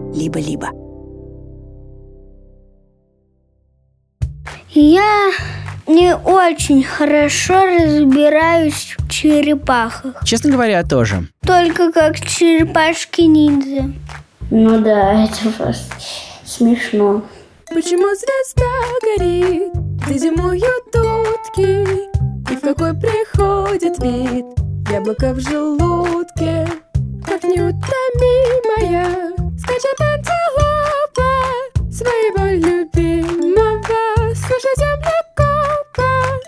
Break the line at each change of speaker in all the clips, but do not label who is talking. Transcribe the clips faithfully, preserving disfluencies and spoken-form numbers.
либо-либо.
Я не очень хорошо разбираюсь в черепахах.
Честно говоря, тоже.
Только как черепашки-ниндзя.
Ну да, это просто смешно.
Почему звезда горит, где зимуют утки, и в какой приходит вид яблоко в желудке? Как неутомимая скачет антилопа своего любимого, слушай, землекопа.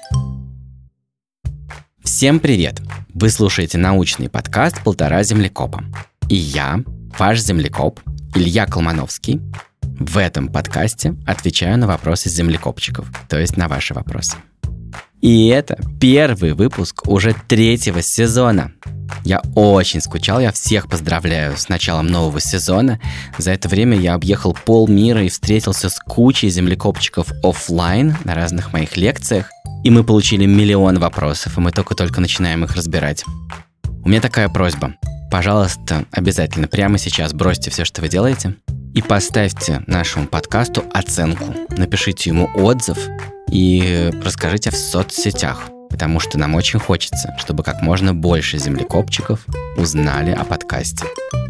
Всем привет! Вы слушаете научный подкаст «Полтора землекопа». И я, ваш землекоп, Илья Колмановский, в этом подкасте отвечаю на вопросы землекопчиков, то есть на ваши вопросы. И это первый выпуск уже третьего сезона. Я очень скучал, я всех поздравляю с началом нового сезона. За это время я объехал полмира и встретился с кучей землекопчиков офлайн на разных моих лекциях. И мы получили миллион вопросов, и мы только-только начинаем их разбирать. У меня такая просьба. Пожалуйста, обязательно прямо сейчас бросьте все, что вы делаете, и поставьте нашему подкасту оценку. Напишите ему отзыв и расскажите в соцсетях, потому что нам очень хочется, чтобы как можно больше землекопчиков узнали о подкасте.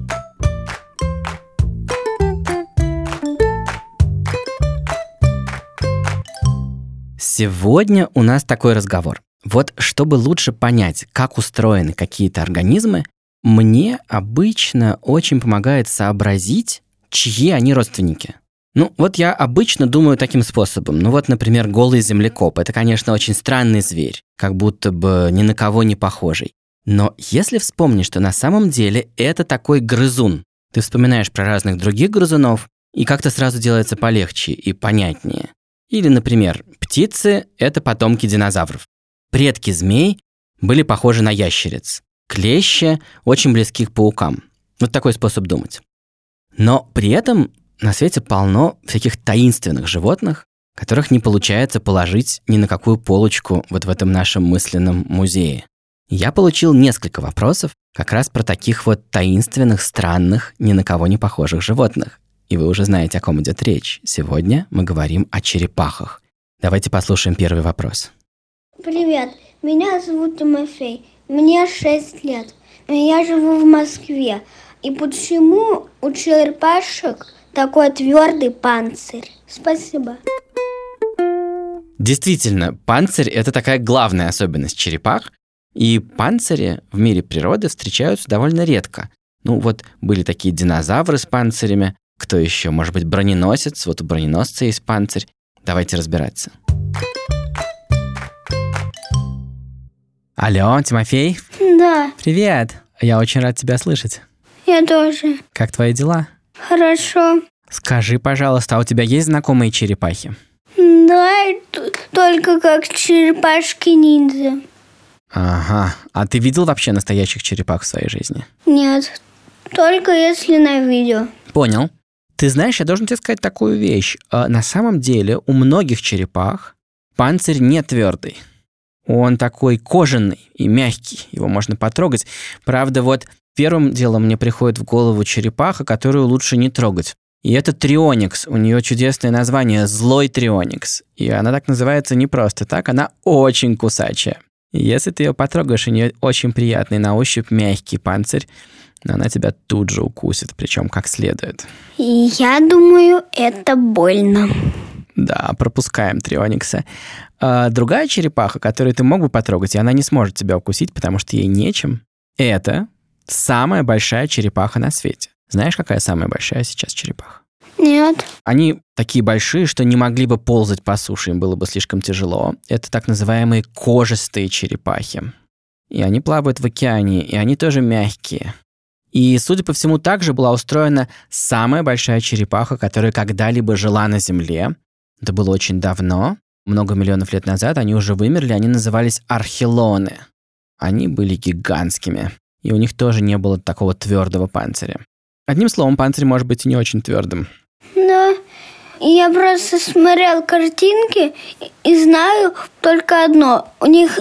Сегодня у нас такой разговор. Вот чтобы лучше понять, как устроены какие-то организмы, мне обычно очень помогает сообразить, чьи они родственники. Ну, вот я обычно думаю таким способом. Ну вот, например, голый землекоп. Это, конечно, очень странный зверь, как будто бы ни на кого не похожий. Но если вспомнишь, что на самом деле это такой грызун, ты вспоминаешь про разных других грызунов, и как-то сразу делается полегче и понятнее. Или, например, птицы – это потомки динозавров. Предки змей были похожи на ящериц. Клещи очень близки к паукам. Вот такой способ думать. Но при этом на свете полно всяких таинственных животных, которых не получается положить ни на какую полочку вот в этом нашем мысленном музее. Я получил несколько вопросов как раз про таких вот таинственных, странных, ни на кого не похожих животных. И вы уже знаете, о ком идет речь. Сегодня мы говорим о черепахах. Давайте послушаем первый вопрос.
Привет, меня зовут Тимофей, мне шесть лет. Я живу в Москве. И почему у черепашек такой твердый панцирь? Спасибо.
Действительно, панцирь – это такая главная особенность черепах. И панцири в мире природы встречаются довольно редко. Ну вот были такие динозавры с панцирями. Кто еще? Может быть, броненосец? Вот у броненосца есть панцирь. Давайте разбираться. Алло, Тимофей?
Да.
Привет. Я очень рад тебя слышать.
Я тоже.
Как твои дела?
Хорошо.
Скажи, пожалуйста, а у тебя есть знакомые черепахи?
Да, только как черепашки-ниндзя.
Ага. А ты видел вообще настоящих черепах в своей жизни?
Нет, только если на видео.
Понял. Ты знаешь, я должен тебе сказать такую вещь. На самом деле у многих черепах панцирь не твердый. Он такой кожаный и мягкий, его можно потрогать. Правда, вот первым делом мне приходит в голову черепаха, которую лучше не трогать. И это трионикс. У нее чудесное название – злой трионикс. И она так называется не просто так, она очень кусачая. И если ты ее потрогаешь, у нее очень приятный на ощупь мягкий панцирь, но она тебя тут же укусит, причем как следует.
Я думаю, это больно.
Да, пропускаем трионикса. А другая черепаха, которую ты мог бы потрогать, и она не сможет тебя укусить, потому что ей нечем, это самая большая черепаха на свете. Знаешь, какая самая большая сейчас черепаха?
Нет.
Они такие большие, что не могли бы ползать по суше, им было бы слишком тяжело. Это так называемые кожистые черепахи. И они плавают в океане, и они тоже мягкие. И, судя по всему, также была устроена самая большая черепаха, которая когда-либо жила на Земле. Это было очень давно, много миллионов лет назад, они уже вымерли, они назывались архелоны. Они были гигантскими, и у них тоже не было такого твердого панциря. Одним словом, панцирь может быть и не очень твердым.
Да, я просто смотрел картинки и знаю только одно. У них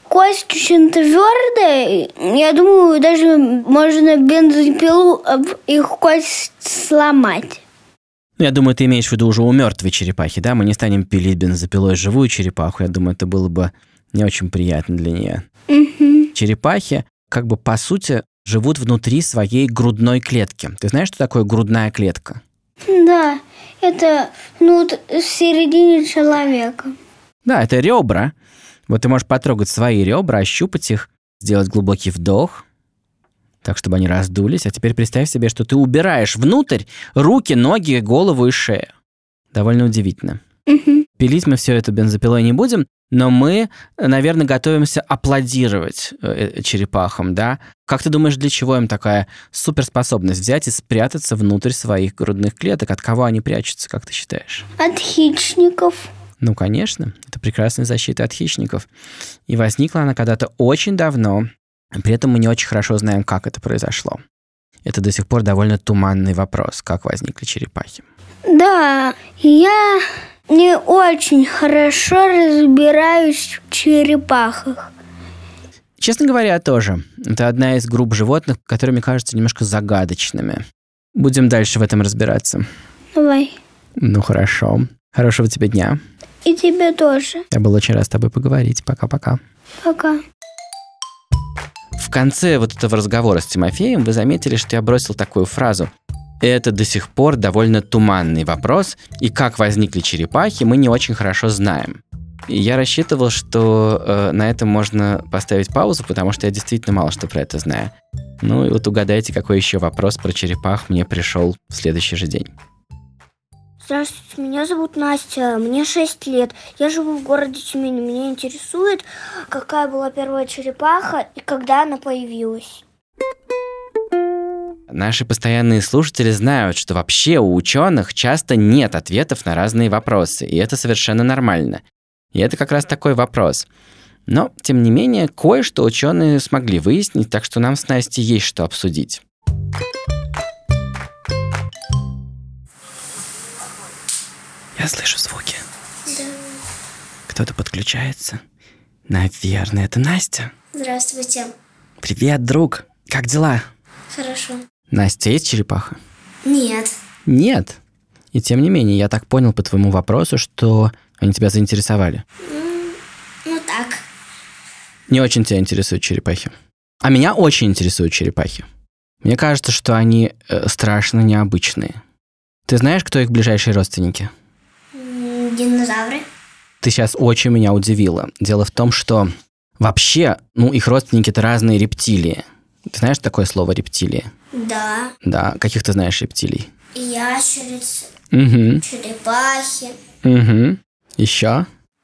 кость очень твердая. Я думаю, даже можно бензопилу об их кость сломать.
Ну, я думаю, ты имеешь в виду уже у мертвой черепахи, да? Мы не станем пилить бензопилой живую черепаху. Я думаю, это было бы не очень приятно для нее.
Угу.
Черепахи, как бы по сути, живут внутри своей грудной клетки. Ты знаешь, что такое грудная клетка?
Да, это ну, в середине человека.
Да, это ребра. Вот ты можешь потрогать свои ребра, ощупать их, сделать глубокий вдох, так, чтобы они раздулись. А теперь представь себе, что ты убираешь внутрь руки, ноги, голову и шею. Довольно удивительно.
Угу.
Пилить мы все это бензопилой не будем, но мы, наверное, готовимся аплодировать э, черепахам, да? Как ты думаешь, для чего им такая суперспособность взять и спрятаться внутрь своих грудных клеток? От кого они прячутся, как ты считаешь?
От хищников.
Ну, конечно, это прекрасная защита от хищников. И возникла она когда-то очень давно, при этом мы не очень хорошо знаем, как это произошло. Это до сих пор довольно туманный вопрос, как возникли черепахи.
Да, я не очень хорошо разбираюсь в черепахах.
Честно говоря, тоже. Это одна из групп животных, которые, мне кажутся, немножко загадочными. Будем дальше в этом разбираться.
Давай.
Ну, хорошо. Хорошего тебе дня.
И тебе тоже.
Я был очень рад с тобой поговорить. Пока-пока.
Пока.
В конце вот этого разговора с Тимофеем вы заметили, что я бросил такую фразу. Это до сих пор довольно туманный вопрос, и как возникли черепахи, мы не очень хорошо знаем. И я рассчитывал, что э, на этом можно поставить паузу, потому что я действительно мало что про это знаю. Ну и вот угадайте, какой еще вопрос про черепах мне пришел в следующий же день.
Здравствуйте, меня зовут Настя, мне шесть лет. Я живу в городе Тюмень. Меня интересует, какая была первая черепаха и когда она появилась.
Наши постоянные слушатели знают, что вообще у ученых часто нет ответов на разные вопросы, и это совершенно нормально. И это как раз такой вопрос. Но, тем не менее, кое-что ученые смогли выяснить, так что нам с Настей есть что обсудить. Я слышу звуки.
Да.
Кто-то подключается. Наверное, это Настя.
Здравствуйте.
Привет, друг. Как дела?
Хорошо.
Настя, есть черепаха?
Нет.
Нет. И тем не менее, я так понял по твоему вопросу, что они тебя заинтересовали.
Mm, ну так.
Не очень тебя интересуют черепахи. А меня очень интересуют черепахи. Мне кажется, что они э, страшно необычные. Ты знаешь, кто их ближайшие родственники?
Динозавры.
Ты сейчас очень меня удивила. Дело в том, что вообще, ну, их родственники – это разные рептилии. Ты знаешь такое слово рептилии?
Да.
Да. Каких ты знаешь рептилий?
Ящерицы.
Угу.
Черепахи.
Угу. Еще?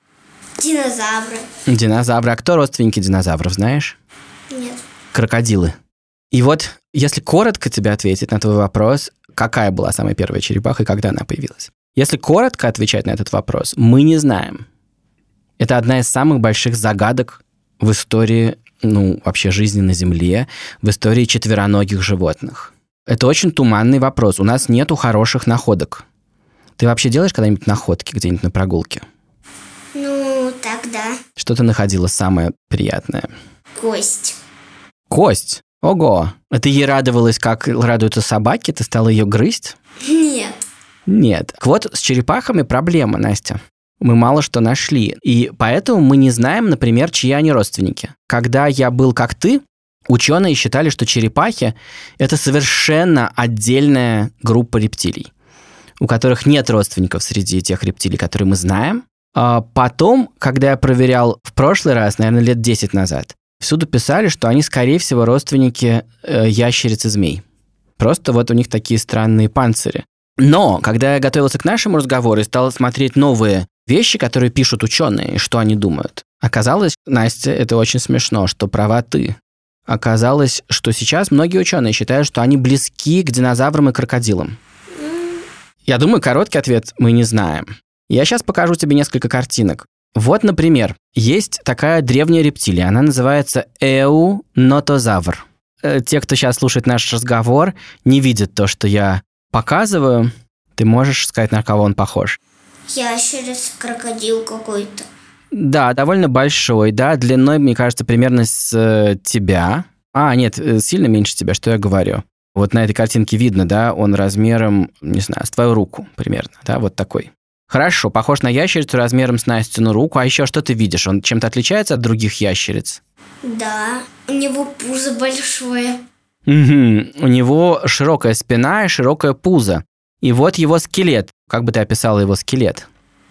Динозавры.
Динозавры. А кто родственники динозавров, знаешь?
Нет.
Крокодилы. И вот, если коротко тебе ответить на твой вопрос, какая была самая первая черепаха и когда она появилась? Если коротко отвечать на этот вопрос, мы не знаем. Это одна из самых больших загадок в истории, ну, вообще жизни на Земле, в истории четвероногих животных. Это очень туманный вопрос. У нас нету хороших находок. Ты вообще делаешь когда-нибудь находки где-нибудь на прогулке?
Ну, тогда.
Что ты находила самое приятное?
Кость.
Кость? Ого! А ты ей радовалась, как радуются собаки? Ты стала ее грызть?
Нет.
Нет. Вот с черепахами проблема, Настя. Мы мало что нашли. И поэтому мы не знаем, например, чьи они родственники. Когда я был как ты, ученые считали, что черепахи – это совершенно отдельная группа рептилий, у которых нет родственников среди тех рептилий, которые мы знаем. А потом, когда я проверял в прошлый раз, наверное, лет десять назад, всюду писали, что они, скорее всего, родственники э, ящериц и змей. Просто вот у них такие странные панцири. Но, когда я готовился к нашему разговору и стал смотреть новые вещи, которые пишут ученые, и что они думают, оказалось, Настя, это очень смешно, что права ты. Оказалось, что сейчас многие ученые считают, что они близки к динозаврам и крокодилам. Я думаю, короткий ответ – мы не знаем. Я сейчас покажу тебе несколько картинок. Вот, например, есть такая древняя рептилия, она называется эунотозавр. Те, кто сейчас слушает наш разговор, не видят то, что я показываю. Ты можешь сказать, на кого он похож?
Ящерица, крокодил какой-то.
Да, довольно большой, да, длиной, мне кажется, примерно с э, тебя. А, нет, э, сильно меньше тебя, что я говорю. Вот на этой картинке видно, да, он размером, не знаю, с твою руку примерно, да, вот такой. Хорошо, похож на ящерицу размером с Настину руку. А еще что ты видишь? Он чем-то отличается от других ящериц?
Да, у него пузо большое.
Угу. У него широкая спина и широкое пузо. И вот его скелет. Как бы ты описала его скелет?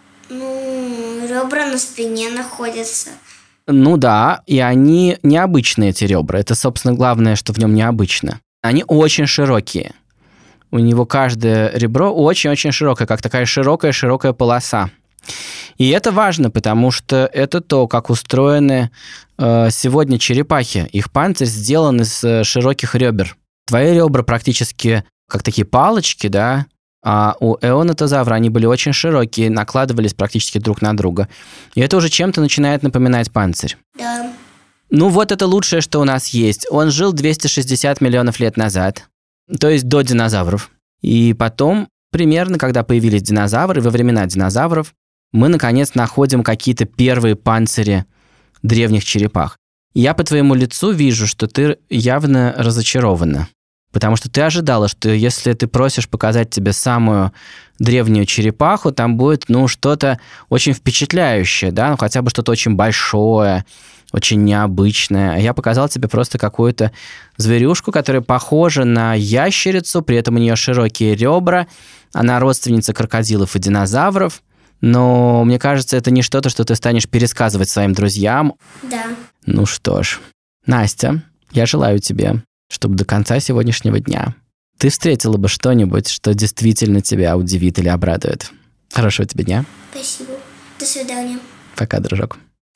Ну, ребра на спине находятся.
Ну да, и они необычные, эти ребра. Это, собственно, главное, что в нем необычно. Они очень широкие. У него каждое ребро очень-очень широкое, как такая широкая-широкая полоса. И это важно, потому что это то, как устроены э, сегодня черепахи. Их панцирь сделан из э, широких ребер. Твои ребра практически как такие палочки, да, а у эонотозавра они были очень широкие, накладывались практически друг на друга. И это уже чем-то начинает напоминать панцирь.
Да.
Ну вот это лучшее, что у нас есть. Он жил двести шестьдесят миллионов лет назад, то есть до динозавров. И потом, примерно, когда появились динозавры, во времена динозавров, мы, наконец, находим какие-то первые панцири древних черепах. И я по твоему лицу вижу, что ты явно разочарована. Потому что ты ожидала, что если ты просишь показать тебе самую древнюю черепаху, там будет, ну, что-то очень впечатляющее, да, ну, хотя бы что-то очень большое, очень необычное. А я показал тебе просто какую-то зверюшку, которая похожа на ящерицу, при этом у нее широкие ребра, она родственница крокодилов и динозавров. Но мне кажется, это не что-то, что ты станешь пересказывать своим друзьям.
Да.
Ну что ж, Настя, я желаю тебе, чтобы до конца сегодняшнего дня ты встретила бы что-нибудь, что действительно тебя удивит или обрадует. Хорошего тебе дня.
Спасибо. До свидания.
Пока, дружок.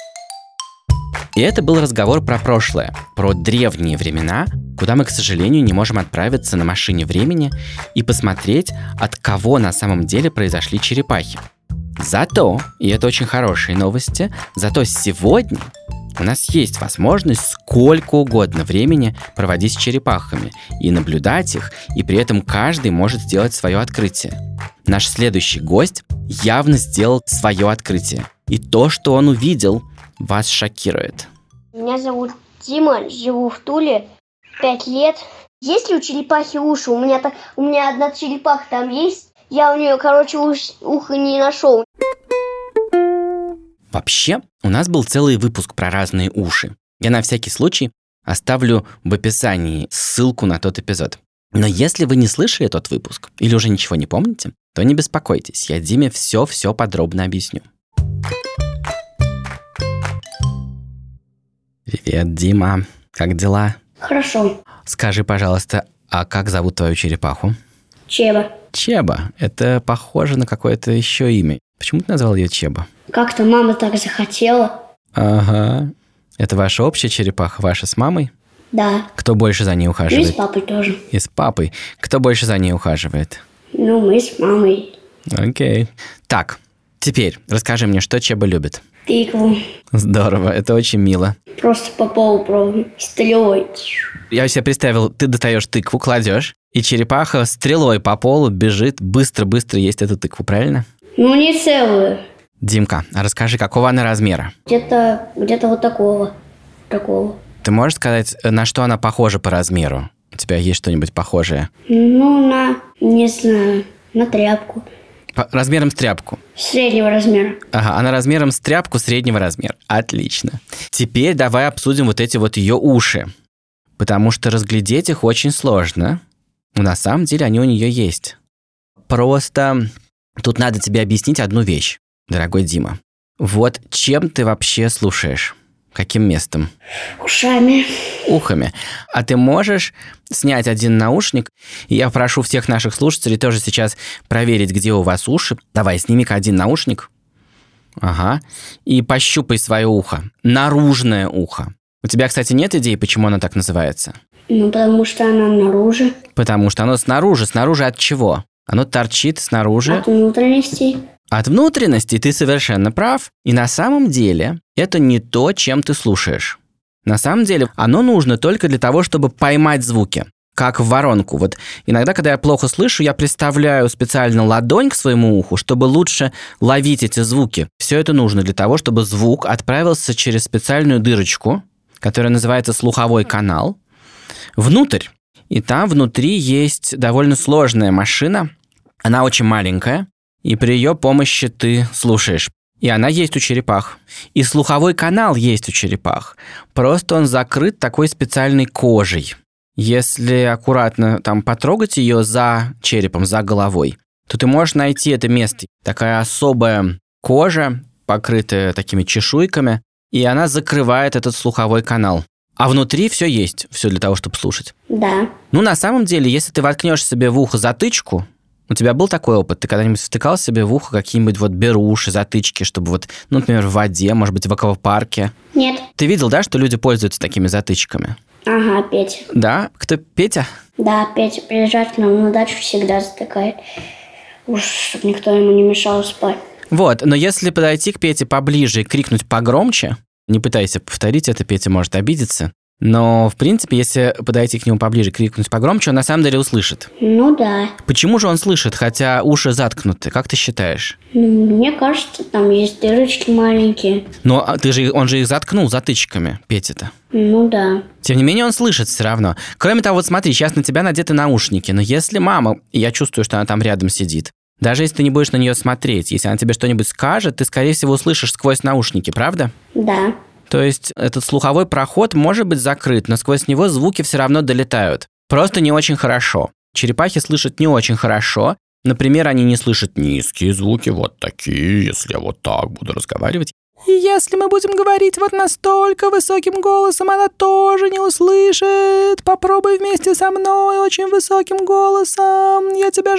И это был разговор про прошлое, про древние времена, куда мы, к сожалению, не можем отправиться на машине времени и посмотреть, от кого на самом деле произошли черепахи. Зато, и это очень хорошие новости, зато сегодня у нас есть возможность сколько угодно времени проводить с черепахами и наблюдать их, и при этом каждый может сделать свое открытие. Наш следующий гость явно сделал свое открытие. И то, что он увидел, вас шокирует.
Меня зовут Дима, живу в Туле, пять лет. Есть ли у черепахи уши? У меня, так, у меня одна черепаха там есть. Я у нее, короче, ух, ухо не нашел.
Вообще, у нас был целый выпуск про разные уши. Я на всякий случай оставлю в описании ссылку на тот эпизод. Но если вы не слышали тот выпуск или уже ничего не помните, то не беспокойтесь, я Диме все-все подробно объясню. Привет, Дима. Как дела?
Хорошо.
Скажи, пожалуйста, а как зовут твою черепаху?
Чеба.
Чеба. Это похоже на какое-то еще имя. Почему ты назвал ее Чеба?
Как-то мама так захотела.
Ага. Это ваша общая черепаха, ваша с мамой?
Да.
Кто больше за ней
И
ухаживает?
с папой тоже.
И с папой. Кто больше за ней ухаживает?
Ну, мы с мамой.
Окей. Так, теперь расскажи мне, что Чеба любит.
Тыкву.
Здорово, это очень мило.
Просто по полу пробуем. Стрелой.
Я себе представил, ты достаешь тыкву, кладешь, и черепаха стрелой по полу бежит, быстро-быстро есть эту тыкву, правильно?
Ну, не целую.
Димка, а расскажи, какого она размера?
Где-то, где-то вот такого. Такого.
Ты можешь сказать, на что она похожа по размеру? У тебя есть что-нибудь похожее?
Ну, на, не знаю, на тряпку.
По- размером с тряпку.
Среднего размера.
Ага, она размером с тряпку среднего размера. Отлично. Теперь давай обсудим вот эти вот ее уши. Потому что разглядеть их очень сложно. Но на самом деле они у нее есть. Просто тут надо тебе объяснить одну вещь, дорогой Дима. Вот чем ты вообще слушаешь? Каким местом?
Ушами.
Ухами. А ты можешь снять один наушник? И я прошу всех наших слушателей тоже сейчас проверить, где у вас уши. Давай, сними-ка один наушник. Ага. И пощупай свое ухо. Наружное ухо. У тебя, кстати, нет идей, почему оно так называется?
Ну, потому что она наружу.
Потому что оно снаружи. Снаружи от чего? Оно торчит снаружи.
От внутренностей.
От внутренности ты совершенно прав. И на самом деле это не то, чем ты слушаешь. На самом деле оно нужно только для того, чтобы поймать звуки. как в воронку. Вот иногда, когда я плохо слышу, я приставляю специально ладонь к своему уху, чтобы лучше ловить эти звуки. Все это нужно для того, чтобы звук отправился через специальную дырочку, которая называется слуховой канал, внутрь. И там внутри есть довольно сложная машина. Она очень маленькая, и при ее помощи ты слушаешь. И она есть у черепах. И слуховой канал есть у черепах. Просто он закрыт такой специальной кожей. Если аккуратно там потрогать ее за черепом, за головой, то ты можешь найти это место. Такая особая кожа, покрытая такими чешуйками, и она закрывает этот слуховой канал. А внутри все есть, все для того, чтобы слушать.
Да.
Ну, на самом деле, если ты воткнешь себе в ухо затычку, у тебя был такой опыт? Ты когда-нибудь втыкал себе в ухо какие-нибудь вот беруши, затычки, чтобы вот, ну, например, в воде, может быть, в аквапарке?
Нет.
Ты видел, да, что люди пользуются такими затычками?
Ага, Петя.
Да? Кто, Петя?
Да, Петя приезжает к нам на дачу, всегда затыкает. Уж, чтобы никто ему не мешал спать.
Вот, но если подойти к Пете поближе и крикнуть погромче, не пытайся повторить это, Петя может обидеться, но, в принципе, если подойти к нему поближе и крикнуть погромче, он на самом деле услышит.
Ну да.
Почему же он слышит, хотя уши заткнуты? Как ты считаешь?
Ну, мне кажется, там есть дырочки маленькие.
Но ты же, он же их заткнул затычками, Петя-то.
Ну да.
Тем не менее, он слышит все равно. Кроме того, вот смотри, сейчас на тебя надеты наушники, но если мама, и я чувствую, что она там рядом сидит, даже если ты не будешь на нее смотреть, если она тебе что-нибудь скажет, ты, скорее всего, услышишь сквозь наушники, правда?
Да.
То есть этот слуховой проход может быть закрыт, но сквозь него звуки все равно долетают. Просто не очень хорошо. Черепахи слышат не очень хорошо. Например, они не слышат низкие звуки, вот такие, если я вот так буду разговаривать. И если мы будем говорить вот настолько высоким голосом, она тоже не услышит. Попробуй вместе со мной очень высоким голосом. Я тебя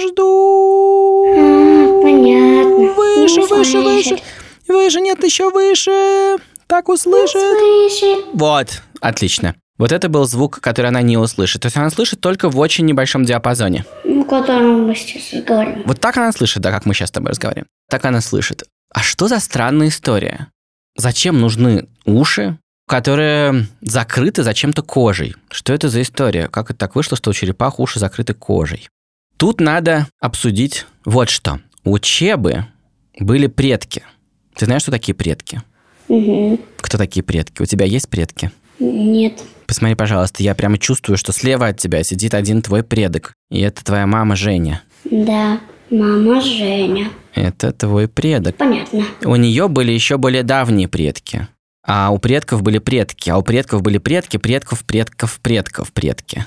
жду.
А, понятно.
Выше,
Не
выше, выше.
услышит.
Выше, нет, еще выше. Так услышит.
Слышит.
Вот, отлично. Вот это был звук, который она не услышит. То есть она слышит только в очень небольшом диапазоне.
Ну, которым мы сейчас разговариваем.
Вот так она слышит, да, как мы сейчас с тобой разговариваем. Так она слышит. А что за странная история? Зачем нужны уши, которые закрыты зачем-то кожей? Что это за история? Как это так вышло, что у черепах уши закрыты кожей? Тут надо обсудить вот что. У Чебы были предки. Ты знаешь, что такие предки?
Угу.
Кто такие предки? У тебя есть предки?
Нет.
Посмотри, пожалуйста, я прямо чувствую, что слева от тебя сидит один твой предок. И это твоя мама Женя.
Да, мама Женя.
Это твой предок.
Понятно.
У нее были еще более давние предки. А у предков были предки. А у предков были предки, предков, предков, предков, предки.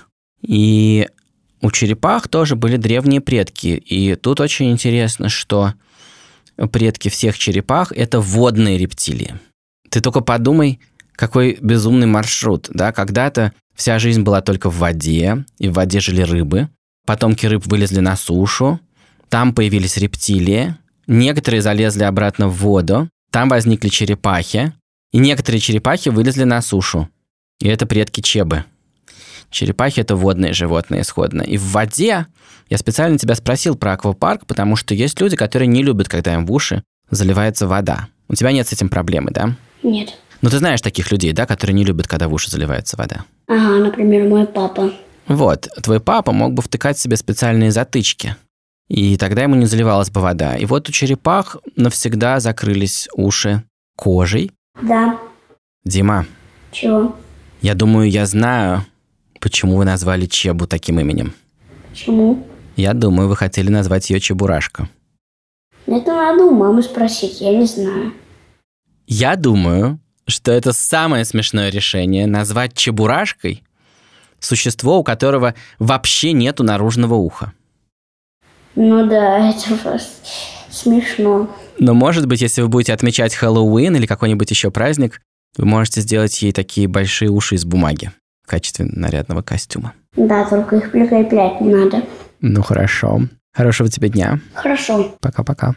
И у черепах тоже были древние предки. И тут очень интересно, что предки всех черепах – это водные рептилии. Ты только подумай, какой безумный маршрут, да? Когда-то вся жизнь была только в воде, и в воде жили рыбы. Потомки рыб вылезли на сушу, там появились рептилии, некоторые залезли обратно в воду, там возникли черепахи, и некоторые черепахи вылезли на сушу. И это предки Чебы. Черепахи – это водные животные исходно. И в воде я специально тебя спросил про аквапарк, потому что есть люди, которые не любят, когда им в уши заливается вода. У тебя нет с этим проблемы, да?
Нет.
Ну, ты знаешь таких людей, да, которые не любят, когда в уши заливается вода?
Ага, например, мой папа.
Вот, твой папа мог бы втыкать себе специальные затычки, и тогда ему не заливалась бы вода. И вот у черепах навсегда закрылись уши кожей.
Да.
Дима,
Чего?
я думаю, я знаю, почему вы назвали Чебу таким именем.
Почему?
Я думаю, вы хотели назвать ее Чебурашка.
Это надо у мамы спросить, я не знаю.
Я думаю, что это самое смешное решение назвать Чебурашкой существо, у которого вообще нету наружного уха.
Ну да, это просто смешно.
Но, может быть, если вы будете отмечать Хэллоуин или какой-нибудь еще праздник, вы можете сделать ей такие большие уши из бумаги в качестве нарядного костюма.
Да, только их прикреплять не надо.
Ну, хорошо. Хорошего тебе дня.
Хорошо.
Пока-пока.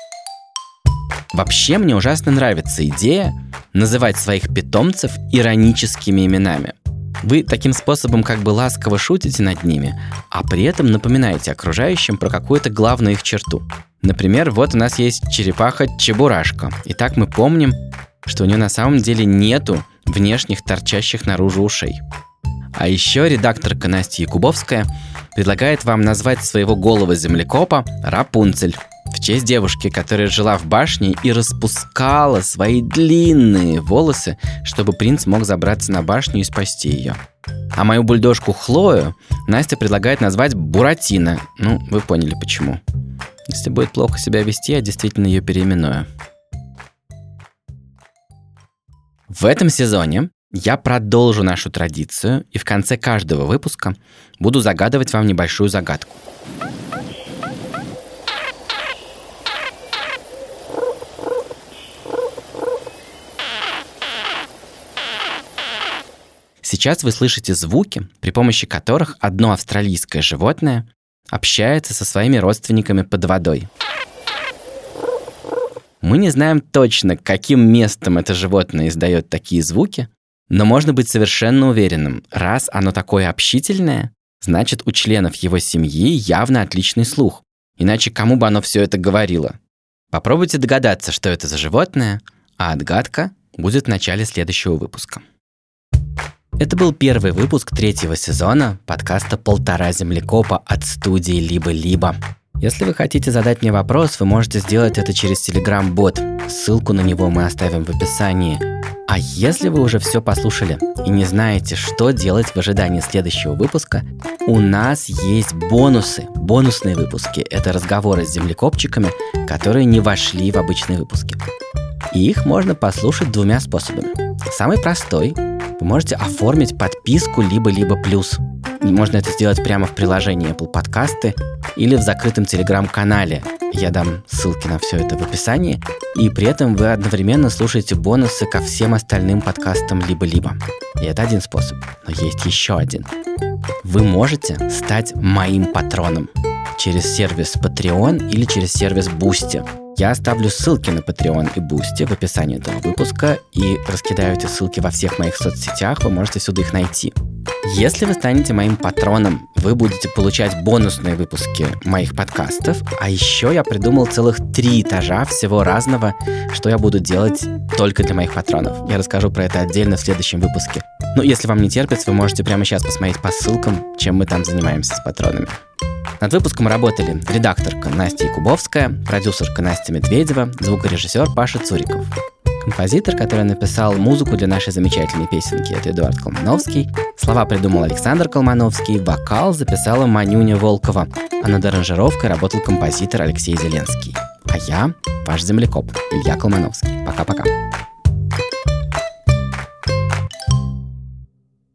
Вообще, мне ужасно нравится идея называть своих питомцев ироническими именами. Вы таким способом как бы ласково шутите над ними, а при этом напоминаете окружающим про какую-то главную их черту. Например, вот у нас есть черепаха Чебурашка. И так мы помним, что у нее на самом деле нету внешних торчащих наружу ушей. А еще редакторка Настя Якубовская предлагает вам назвать своего голого землекопа Рапунцель, в честь девушки, которая жила в башне и распускала свои длинные волосы, чтобы принц мог забраться на башню и спасти ее. А мою бульдожку Хлою Настя предлагает назвать Буратино. Ну, вы поняли почему. Если будет плохо себя вести, я действительно ее переименую. В этом сезоне я продолжу нашу традицию и в конце каждого выпуска буду загадывать вам небольшую загадку. Сейчас вы слышите звуки, при помощи которых одно австралийское животное общается со своими родственниками под водой. Мы не знаем точно, каким местом это животное издает такие звуки, но можно быть совершенно уверенным, раз оно такое общительное, значит, у членов его семьи явно отличный слух. Иначе кому бы оно все это говорило? Попробуйте догадаться, что это за животное, а отгадка будет в начале следующего выпуска. Это был первый выпуск третьего сезона подкаста «Полтора землекопа» от студии «Либо-либо». Если вы хотите задать мне вопрос, вы можете сделать это через Telegram-бот. Ссылку на него мы оставим в описании. А если вы уже все послушали и не знаете, что делать в ожидании следующего выпуска, у нас есть бонусы, бонусные выпуски. Это разговоры с землекопчиками, которые не вошли в обычные выпуски. И их можно послушать двумя способами. Самый простой – вы можете оформить подписку «Либо-либо плюс». Можно это сделать прямо в приложении Apple Подкасты или в закрытом Telegram-канале. Я дам ссылки на все это в описании. И при этом вы одновременно слушаете бонусы ко всем остальным подкастам «Либо-либо». И это один способ. Но есть еще один. Вы можете стать моим патроном через сервис Patreon или через сервис Boosty. Я оставлю ссылки на Patreon и Boosty в описании этого выпуска и раскидаю эти ссылки во всех моих соцсетях, вы можете всюду их найти. Если вы станете моим патроном, вы будете получать бонусные выпуски моих подкастов, а еще я придумал целых три этажа всего разного, что я буду делать только для моих патронов. Я расскажу про это отдельно в следующем выпуске. Но если вам не терпится, вы можете прямо сейчас посмотреть по ссылкам, чем мы там занимаемся с патронами. Над выпуском работали редакторка Настя Якубовская, продюсерка Настя Медведева, звукорежиссер Паша Цуриков. Композитор, который написал музыку для нашей замечательной песенки, это Эдуард Колмановский. Слова придумал Александр Колмановский, вокал записала Манюня Волкова, а над аранжировкой работал композитор Алексей Зеленский. А я, ваш землекоп, Илья Колмановский. Пока-пока.